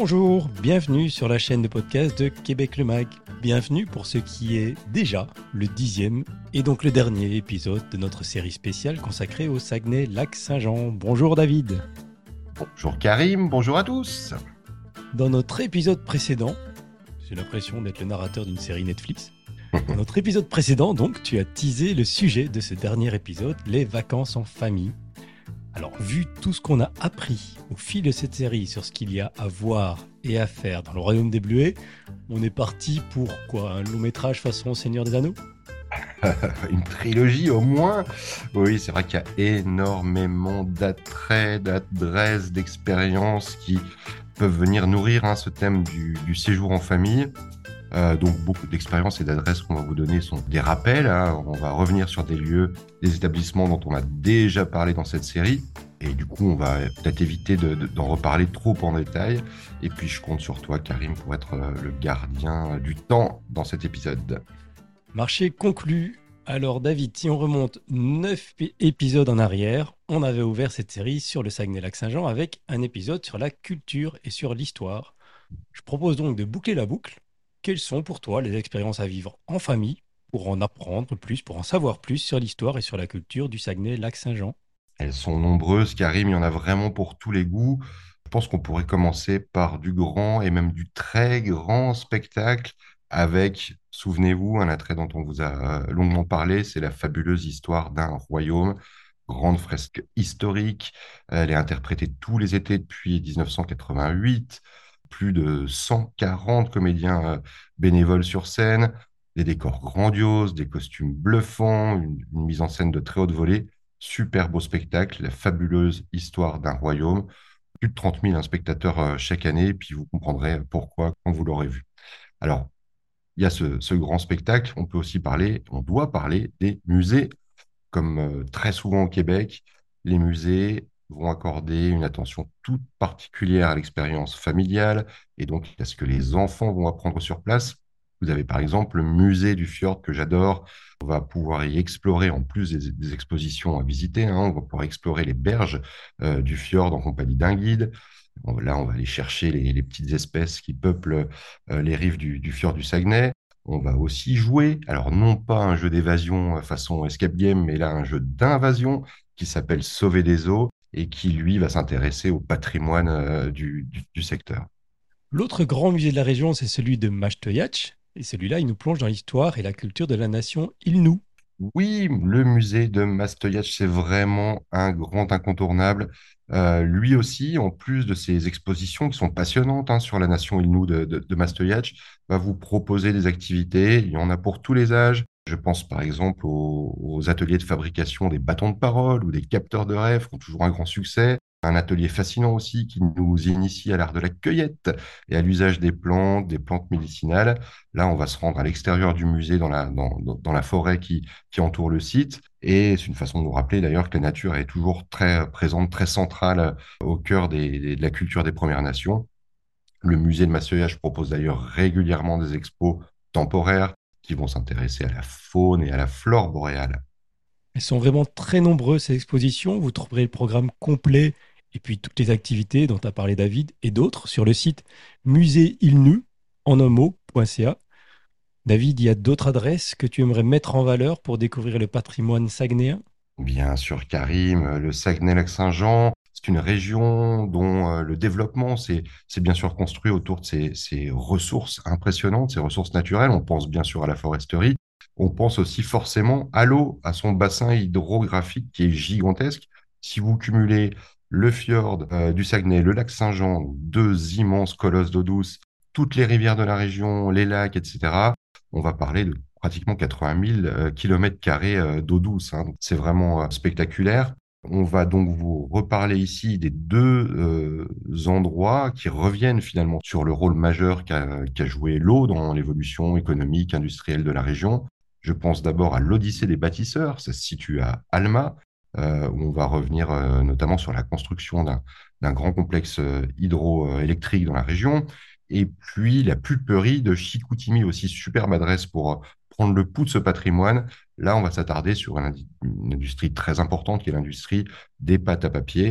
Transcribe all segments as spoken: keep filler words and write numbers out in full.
Bonjour, bienvenue sur la chaîne de podcast de Québec le Mag. Bienvenue pour ce qui est déjà le dixième et donc le dernier épisode de notre série spéciale consacrée au Saguenay-Lac-Saint-Jean. Bonjour David. Bonjour Karim, bonjour à tous. Dans notre épisode précédent, j'ai l'impression d'être le narrateur d'une série Netflix. Dans notre épisode précédent, donc, tu as teasé le sujet de ce dernier épisode, les vacances en famille. Alors, vu tout ce qu'on a appris au fil de cette série sur ce qu'il y a à voir et à faire dans le Royaume des Bleuets, on est parti pour quoi? Un long métrage façon Seigneur des Anneaux? Une trilogie au moins. Oui, c'est vrai qu'il y a énormément d'attraits, d'adresses, d'expériences qui peuvent venir nourrir hein, ce thème du, du séjour en famille. Euh, donc beaucoup d'expériences et d'adresses qu'on va vous donner sont des rappels. Hein. On va revenir sur des lieux, des établissements dont on a déjà parlé dans cette série. Et du coup, on va peut-être éviter de, de, d'en reparler trop en détail. Et puis, je compte sur toi, Karim, pour être euh, le gardien du temps dans cet épisode. Marché conclu. Alors David, si on remonte neuf épisodes en arrière, on avait ouvert cette série sur le Saguenay-Lac-Saint-Jean avec un épisode sur la culture et sur l'histoire. Je propose donc de boucler la boucle. Quelles sont pour toi les expériences à vivre en famille pour en apprendre plus, pour en savoir plus sur l'histoire et sur la culture du Saguenay-Lac-Saint-Jean? Elles sont nombreuses, Karim, il y en a vraiment pour tous les goûts. Je pense qu'on pourrait commencer par du grand et même du très grand spectacle avec, souvenez-vous, un attrait dont on vous a euh, longuement parlé, c'est la fabuleuse histoire d'un royaume, grande fresque historique. Elle est interprétée tous les étés depuis dix-neuf cent quatre-vingt-huit. Plus de cent quarante comédiens euh, bénévoles sur scène, des décors grandioses, des costumes bluffants, une, une mise en scène de très haute volée. Super beau spectacle, la fabuleuse histoire d'un royaume. Plus de trente mille spectateurs euh, chaque année, puis vous comprendrez pourquoi quand vous l'aurez vu. Alors, il y a ce, ce grand spectacle. On peut aussi parler, on doit parler des musées. Comme euh, très souvent au Québec, les musées vont accorder une attention toute particulière à l'expérience familiale et donc à ce que les enfants vont apprendre sur place. Vous avez par exemple le musée du fjord que j'adore. On va pouvoir y explorer, en plus des, des expositions à visiter, hein, on va pouvoir explorer les berges euh, du fjord en compagnie d'un guide. Bon, là, on va aller chercher les, les petites espèces qui peuplent euh, les rives du, du fjord du Saguenay. On va aussi jouer, alors non pas un jeu d'évasion façon escape game, mais là un jeu d'invasion qui s'appelle Sauver des eaux et qui, lui, va s'intéresser au patrimoine euh, du, du, du secteur. L'autre grand musée de la région, c'est celui de Mashteuiatsh. Et celui-là, il nous plonge dans l'histoire et la culture de la nation Innu. Oui, le musée de Mashteuiatsh, c'est vraiment un grand incontournable. Euh, lui aussi, en plus de ses expositions qui sont passionnantes hein, sur la nation Innu de, de, de Mashteuiatsh, va vous proposer des activités. Il y en a pour tous les âges. Je pense par exemple aux, aux ateliers de fabrication des bâtons de parole ou des capteurs de rêve qui ont toujours un grand succès. Un atelier fascinant aussi qui nous initie à l'art de la cueillette et à l'usage des plantes, des plantes médicinales. Là, on va se rendre à l'extérieur du musée, dans la, dans, dans la forêt qui, qui entoure le site. Et c'est une façon de nous rappeler d'ailleurs que la nature est toujours très présente, très centrale au cœur des, des, de la culture des Premières Nations. Le musée de Masséuiatsh propose d'ailleurs régulièrement des expos temporaires qui vont s'intéresser à la faune et à la flore boréale. Elles sont vraiment très nombreuses, ces expositions. Vous trouverez le programme complet et puis toutes les activités dont a parlé David et d'autres sur le site muséilnu, en un mot, .ca. David, il y a d'autres adresses que tu aimerais mettre en valeur pour découvrir le patrimoine saguenéen? Bien sûr, Karim, le Saguenay-Lac-Saint-Jean, c'est une région dont euh, le développement s'est c'est bien sûr construit autour de ces, ces ressources impressionnantes, ces ressources naturelles. On pense bien sûr à la foresterie. On pense aussi forcément à l'eau, à son bassin hydrographique qui est gigantesque. Si vous cumulez le fjord euh, du Saguenay, le lac Saint-Jean, deux immenses colosses d'eau douce, toutes les rivières de la région, les lacs, et cetera, on va parler de pratiquement quatre-vingt mille euh, kilomètres carrés euh, d'eau douce. Hein. C'est vraiment euh, spectaculaire. On va donc vous reparler ici des deux euh, endroits qui reviennent finalement sur le rôle majeur qu'a qu'a joué l'eau dans l'évolution économique, industrielle de la région. Je pense d'abord à l'Odyssée des bâtisseurs, ça se situe à Alma, euh, où on va revenir euh, notamment sur la construction d'un d'un grand complexe euh, hydroélectrique dans la région. Et puis la pulperie de Chicoutimi, aussi superbe adresse pour euh, prendre le pouls de ce patrimoine. Là, on va s'attarder sur une, une industrie très importante qui est l'industrie des pâtes à papier.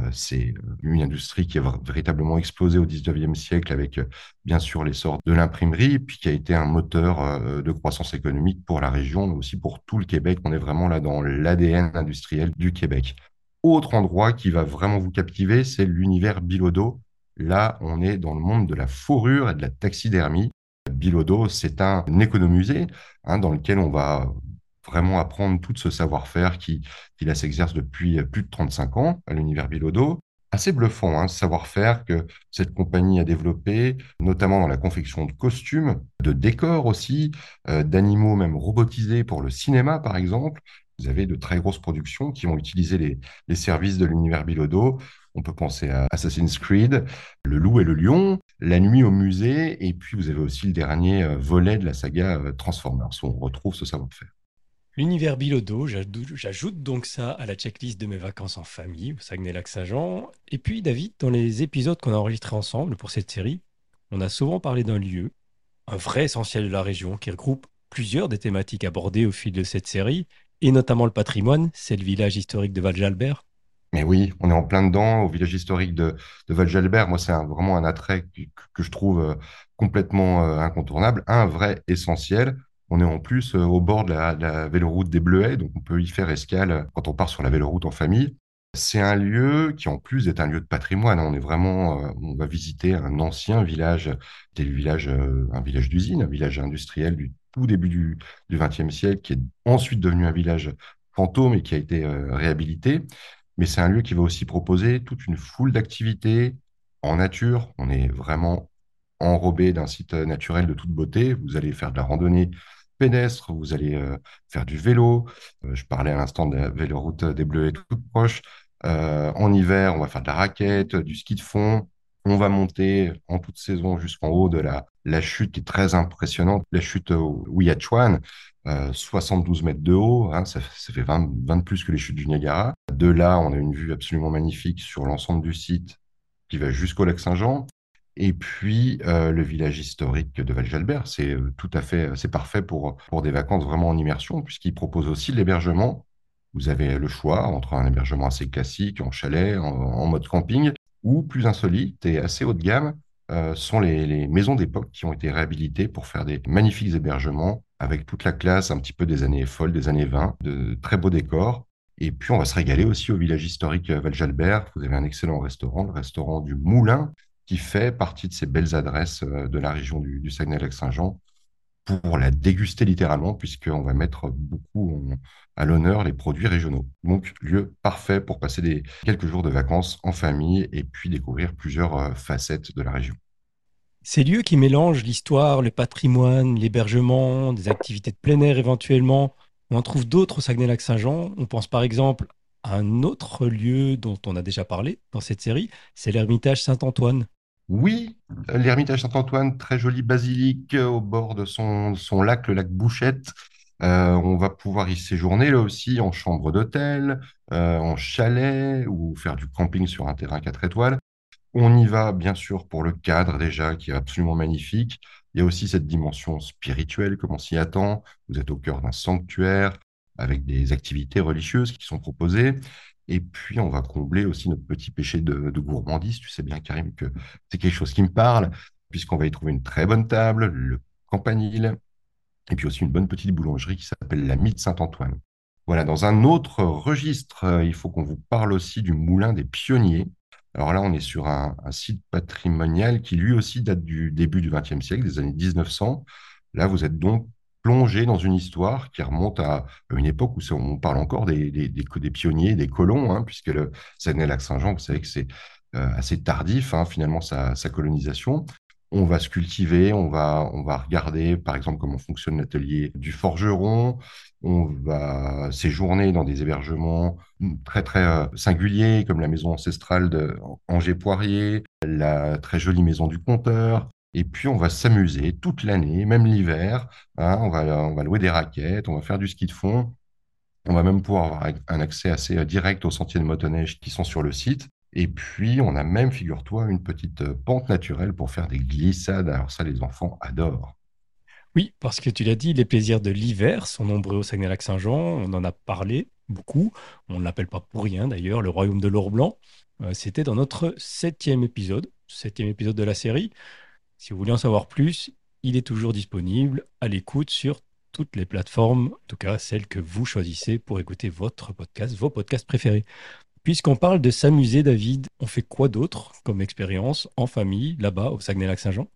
Euh, c'est une industrie qui a vr- véritablement explosé au dix-neuvième siècle avec, euh, bien sûr, l'essor de l'imprimerie, puis qui a été un moteur euh, de croissance économique pour la région, mais aussi pour tout le Québec. On est vraiment là dans l'A D N industriel du Québec. Autre endroit qui va vraiment vous captiver, c'est l'univers Bilodeau. Là, on est dans le monde de la fourrure et de la taxidermie. Bilodeau, c'est un économusée hein, dans lequel on va vraiment apprendre tout ce savoir-faire qui, qui là s'exerce depuis plus de trente-cinq ans à l'univers Bilodeau. Assez bluffant, hein, ce savoir-faire que cette compagnie a développé, notamment dans la confection de costumes, de décors aussi, euh, d'animaux même robotisés pour le cinéma, par exemple. Vous avez de très grosses productions qui vont utiliser les, les services de l'univers Bilodeau. On peut penser à Assassin's Creed, Le Loup et le Lion, La Nuit au musée, et puis vous avez aussi le dernier euh, volet de la saga euh, Transformers, où on retrouve ce savoir-faire. L'univers Bilodeau, j'ajoute j'ajoute donc ça à la checklist de mes vacances en famille au Saguenay-Lac-Saint-Jean. Et puis, David, dans les épisodes qu'on a enregistrés ensemble pour cette série, on a souvent parlé d'un lieu, un vrai essentiel de la région qui regroupe plusieurs des thématiques abordées au fil de cette série, et notamment le patrimoine, c'est le village historique de Val-Jalbert. Mais oui, on est en plein dedans, au village historique de, de Val-Jalbert. Moi, c'est un- vraiment un attrait que, que je trouve euh, complètement euh, incontournable, un vrai essentiel. On est en plus euh, au bord de la, de la véloroute des Bleuets, donc on peut y faire escale euh, quand on part sur la véloroute en famille. C'est un lieu qui, en plus, est un lieu de patrimoine, hein. On est vraiment, euh, on va visiter un ancien village, des villages, euh, un village d'usine, un village industriel du tout début du, du vingtième siècle, qui est ensuite devenu un village fantôme et qui a été euh, réhabilité. Mais c'est un lieu qui va aussi proposer toute une foule d'activités en nature. On est vraiment enrobé d'un site euh, naturel de toute beauté. Vous allez faire de la randonnée pédestre, vous allez euh, faire du vélo. Euh, je parlais à l'instant de la véloroute des Bleus et toute proche. Euh, en hiver, on va faire de la raquette, du ski de fond. On va monter en toute saison jusqu'en haut de la, la chute qui est très impressionnante, la chute au Ouiachuan, euh, soixante-douze mètres de haut, hein, ça, ça fait vingt, vingt de plus que les chutes du Niagara. De là, on a une vue absolument magnifique sur l'ensemble du site qui va jusqu'au lac Saint-Jean. Et puis, euh, le village historique de Val-Jalbert, c'est euh, tout à fait, c'est parfait pour, pour des vacances vraiment en immersion, puisqu'il propose aussi l'hébergement. Vous avez le choix entre un hébergement assez classique, en chalet, en, en mode camping, ou plus insolite et assez haut de gamme, euh, sont les, les maisons d'époque qui ont été réhabilitées pour faire des magnifiques hébergements avec toute la classe un petit peu des années folles, des années vingt, de très beaux décors. Et puis, on va se régaler aussi au village historique euh, Val-Jalbert. Vous avez un excellent restaurant, le restaurant du Moulin, qui fait partie de ces belles adresses euh, de la région du, du Saguenay-Lac-Saint-Jean pour la déguster littéralement, puisqu'on va mettre beaucoup en- à l'honneur les produits régionaux. Donc, lieu parfait pour passer des, quelques jours de vacances en famille et puis découvrir plusieurs euh, facettes de la région. Ces lieux qui mélangent l'histoire, le patrimoine, l'hébergement, des activités de plein air éventuellement, on en trouve d'autres au Saguenay-Lac-Saint-Jean. On pense par exemple à un autre lieu dont on a déjà parlé dans cette série, c'est l'Ermitage Saint-Antoine. Oui, euh, l'Ermitage Saint-Antoine, très jolie basilique euh, au bord de son, son lac, le lac Bouchette. Euh, on va pouvoir y séjourner là aussi en chambre d'hôtel, euh, en chalet ou faire du camping sur un terrain quatre étoiles. On y va bien sûr pour le cadre déjà qui est absolument magnifique. Il y a aussi cette dimension spirituelle comme on s'y attend. Vous êtes au cœur d'un sanctuaire avec des activités religieuses qui sont proposées. Et puis, on va combler aussi notre petit péché de, de gourmandise. Tu sais bien, Karim, que c'est quelque chose qui me parle, puisqu'on va y trouver une très bonne table, le campanile, et puis aussi une bonne petite boulangerie qui s'appelle la Mie Saint-Antoine. Voilà, dans un autre registre, euh, il faut qu'on vous parle aussi du Moulin des Pionniers. Alors là, on est sur un, un site patrimonial qui lui aussi date du début du vingtième siècle, des années mille neuf cents. Là, vous êtes donc plongé dans une histoire qui remonte à une époque où ça- on parle encore des, des, des, des pionniers, des colons, hein, puisque le Saguenay-Lac-Saint-Jean, vous savez que c'est euh, assez tardif, hein, finalement, sa, sa colonisation. On va se cultiver, on va, on va regarder, par exemple, comment fonctionne l'atelier du forgeron. On va séjourner dans des hébergements très, très euh, singuliers, comme la maison ancestrale de Angers-Poirier, la très jolie maison du compteur. Et puis, on va s'amuser toute l'année, même l'hiver, hein. On va, on va louer des raquettes, on va faire du ski de fond. On va même pouvoir avoir un accès assez euh, direct aux sentiers de motoneige qui sont sur le site. Et puis, on a même, figure-toi, une petite euh, pente naturelle pour faire des glissades. Alors ça, les enfants adorent. Oui, parce que tu l'as dit, les plaisirs de l'hiver sont nombreux au Saguenay-Lac-Saint-Jean, on en a parlé. beaucoup. On ne l'appelle pas pour rien d'ailleurs, le royaume de l'or blanc. Euh, c'était dans notre septième épisode, septième épisode de la série. Si vous voulez en savoir plus, il est toujours disponible à l'écoute sur toutes les plateformes, en tout cas celles que vous choisissez pour écouter votre podcast, vos podcasts préférés. Puisqu'on parle de s'amuser, David, on fait quoi d'autre comme expérience en famille, là-bas, au Saguenay-Lac-Saint-Jean?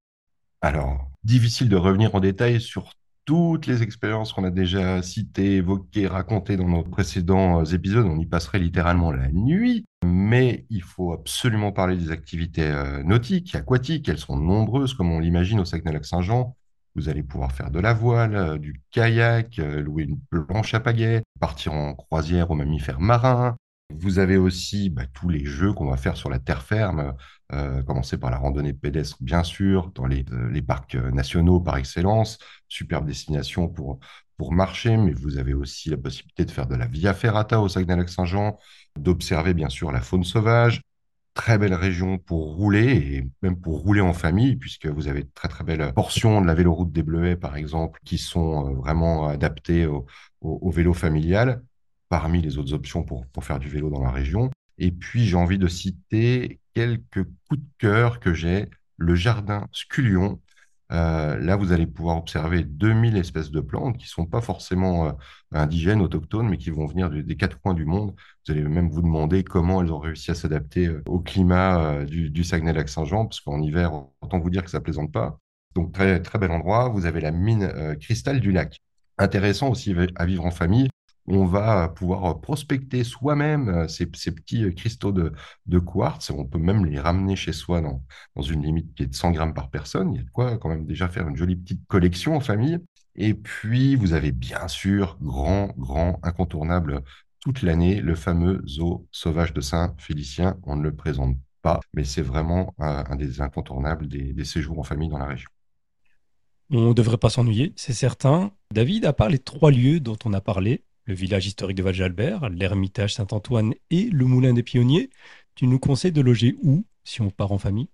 Alors, difficile de revenir en détail sur toutes les expériences qu'on a déjà citées, évoquées, racontées dans nos précédents euh, épisodes. On y passerait littéralement la nuit. Mais il faut absolument parler des activités euh, nautiques, aquatiques. Elles sont nombreuses, comme on l'imagine au Saguenay-Lac-Saint-Jean. Vous allez pouvoir faire de la voile, euh, du kayak, euh, louer une planche à pagaie, partir en croisière aux mammifères marins. Vous avez aussi bah, tous les jeux qu'on va faire sur la terre ferme, euh, commencer par la randonnée pédestre, bien sûr, dans les, euh, les parcs euh, nationaux par excellence, superbe destination pour, pour marcher, mais vous avez aussi la possibilité de faire de la via ferrata au Saguenay-Lac-Saint-Jean, d'observer bien sûr la faune sauvage. Très belle région pour rouler et même pour rouler en famille, puisque vous avez de très très belles portions de la véloroute des Bleuets, par exemple, qui sont euh, vraiment adaptées au, au, au vélo familial, parmi les autres options pour, pour faire du vélo dans la région. Et puis, j'ai envie de citer quelques coups de cœur que j'ai. Le jardin Sculion. Euh, là, vous allez pouvoir observer deux mille espèces de plantes qui ne sont pas forcément euh, indigènes, autochtones, mais qui vont venir de- des quatre coins du monde. Vous allez même vous demander comment elles ont réussi à s'adapter euh, au climat euh, du, du Saguenay-Lac-Saint-Jean, parce qu'en hiver, autant vous dire que ça ne plaisante pas. Donc, très, très bel endroit. Vous avez la mine euh, Cristal du Lac. Intéressant aussi à vivre en famille. On va pouvoir prospecter soi-même euh, ces, ces petits euh, cristaux de, de quartz. On peut même les ramener chez soi dans, dans une limite qui est de cent grammes par personne. Il y a de quoi quand même déjà faire une jolie petite collection en famille. Et puis, vous avez bien sûr, grand, grand, incontournable toute l'année, le fameux zoo sauvage de Saint-Félicien. On ne le présente pas, mais c'est vraiment un, un des incontournables des, des séjours en famille dans la région. On ne devrait pas s'ennuyer, c'est certain. David, à part les trois lieux dont on a parlé, le village historique de Val-Jalbert, l'ermitage Saint-Antoine et le moulin des Pionniers, tu nous conseilles de loger où si on part en famille?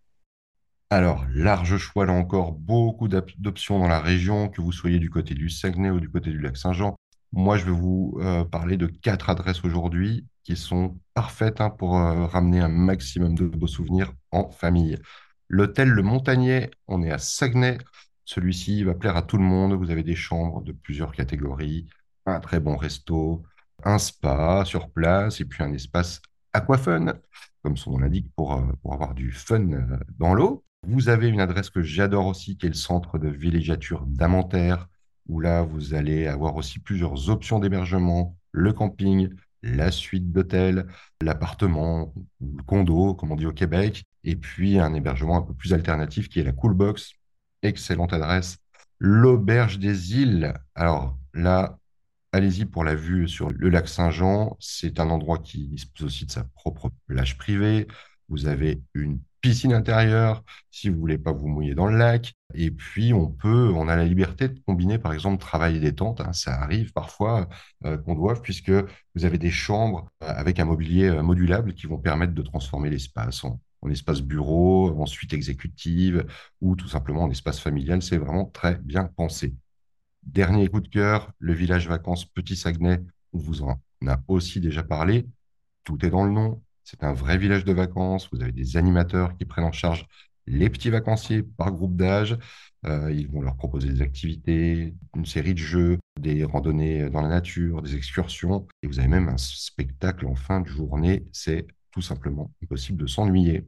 Alors, large choix là encore, beaucoup d'op- d'options dans la région, que vous soyez du côté du Saguenay ou du côté du lac Saint-Jean. Moi, je vais vous euh, parler de quatre adresses aujourd'hui qui sont parfaites hein, pour euh, ramener un maximum de beaux souvenirs en famille. L'hôtel Le Montagnier, on est à Saguenay. Celui-ci va plaire à tout le monde. Vous avez des chambres de plusieurs catégories, un très bon resto, un spa sur place et puis un espace aquafun, comme son nom l'indique, pour, euh, pour avoir du fun euh, dans l'eau. Vous avez une adresse que j'adore aussi, qui est le centre de villégiature d'Amentaire, où là, vous allez avoir aussi plusieurs options d'hébergement, le camping, la suite d'hôtel, l'appartement, ou le condo, comme on dit au Québec, et puis un hébergement un peu plus alternatif qui est la Cool Box. Excellente adresse. L'Auberge des Îles. Alors là, allez-y pour la vue sur le lac Saint-Jean. C'est un endroit qui dispose aussi de sa propre plage privée. Vous avez une piscine intérieure si vous voulez pas vous mouiller dans le lac. Et puis, on peut, on a la liberté de combiner, par exemple, travail et détente, hein. Ça arrive parfois euh, qu'on doive, puisque vous avez des chambres euh, avec un mobilier euh, modulable qui vont permettre de transformer l'espace en, en espace bureau, en suite exécutive ou tout simplement en espace familial. C'est vraiment très bien pensé. Dernier coup de cœur, le village vacances Petit Saguenay, on vous en a aussi déjà parlé. Tout est dans le nom. C'est un vrai village de vacances. Vous avez des animateurs qui prennent en charge les petits vacanciers par groupe d'âge. Euh, ils vont leur proposer des activités, une série de jeux, des randonnées dans la nature, des excursions. Et vous avez même un spectacle en fin de journée. C'est tout simplement impossible de s'ennuyer.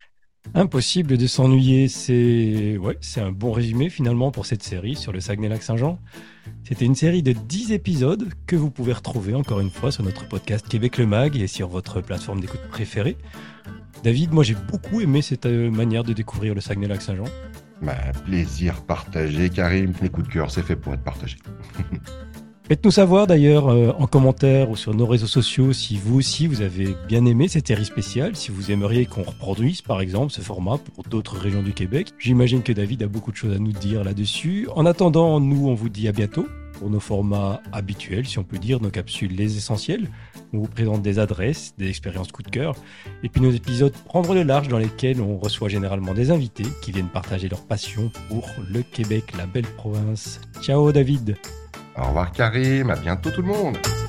Impossible de s'ennuyer, c'est ouais, c'est un bon résumé finalement pour cette série sur le Saguenay-Lac-Saint-Jean. C'était une série de dix épisodes que vous pouvez retrouver encore une fois sur notre podcast Québec le Mag et sur votre plateforme d'écoute préférée. David, moi j'ai beaucoup aimé cette euh, manière de découvrir le Saguenay-Lac-Saint-Jean. Bah, plaisir partagé, Karim. Les coups de cœur, c'est fait pour être partagé. Faites-nous savoir d'ailleurs euh, en commentaire ou sur nos réseaux sociaux si vous aussi vous avez bien aimé cette série spéciale, si vous aimeriez qu'on reproduise par exemple ce format pour d'autres régions du Québec. J'imagine que David a beaucoup de choses à nous dire là-dessus. En attendant, nous on vous dit à bientôt pour nos formats habituels, si on peut dire, nos capsules Les Essentiels. On vous présente des adresses, des expériences coup de cœur, et puis nos épisodes Prendre le large dans lesquels on reçoit généralement des invités qui viennent partager leur passion pour le Québec, la belle province. Ciao David! Au revoir Karim, à bientôt tout le monde.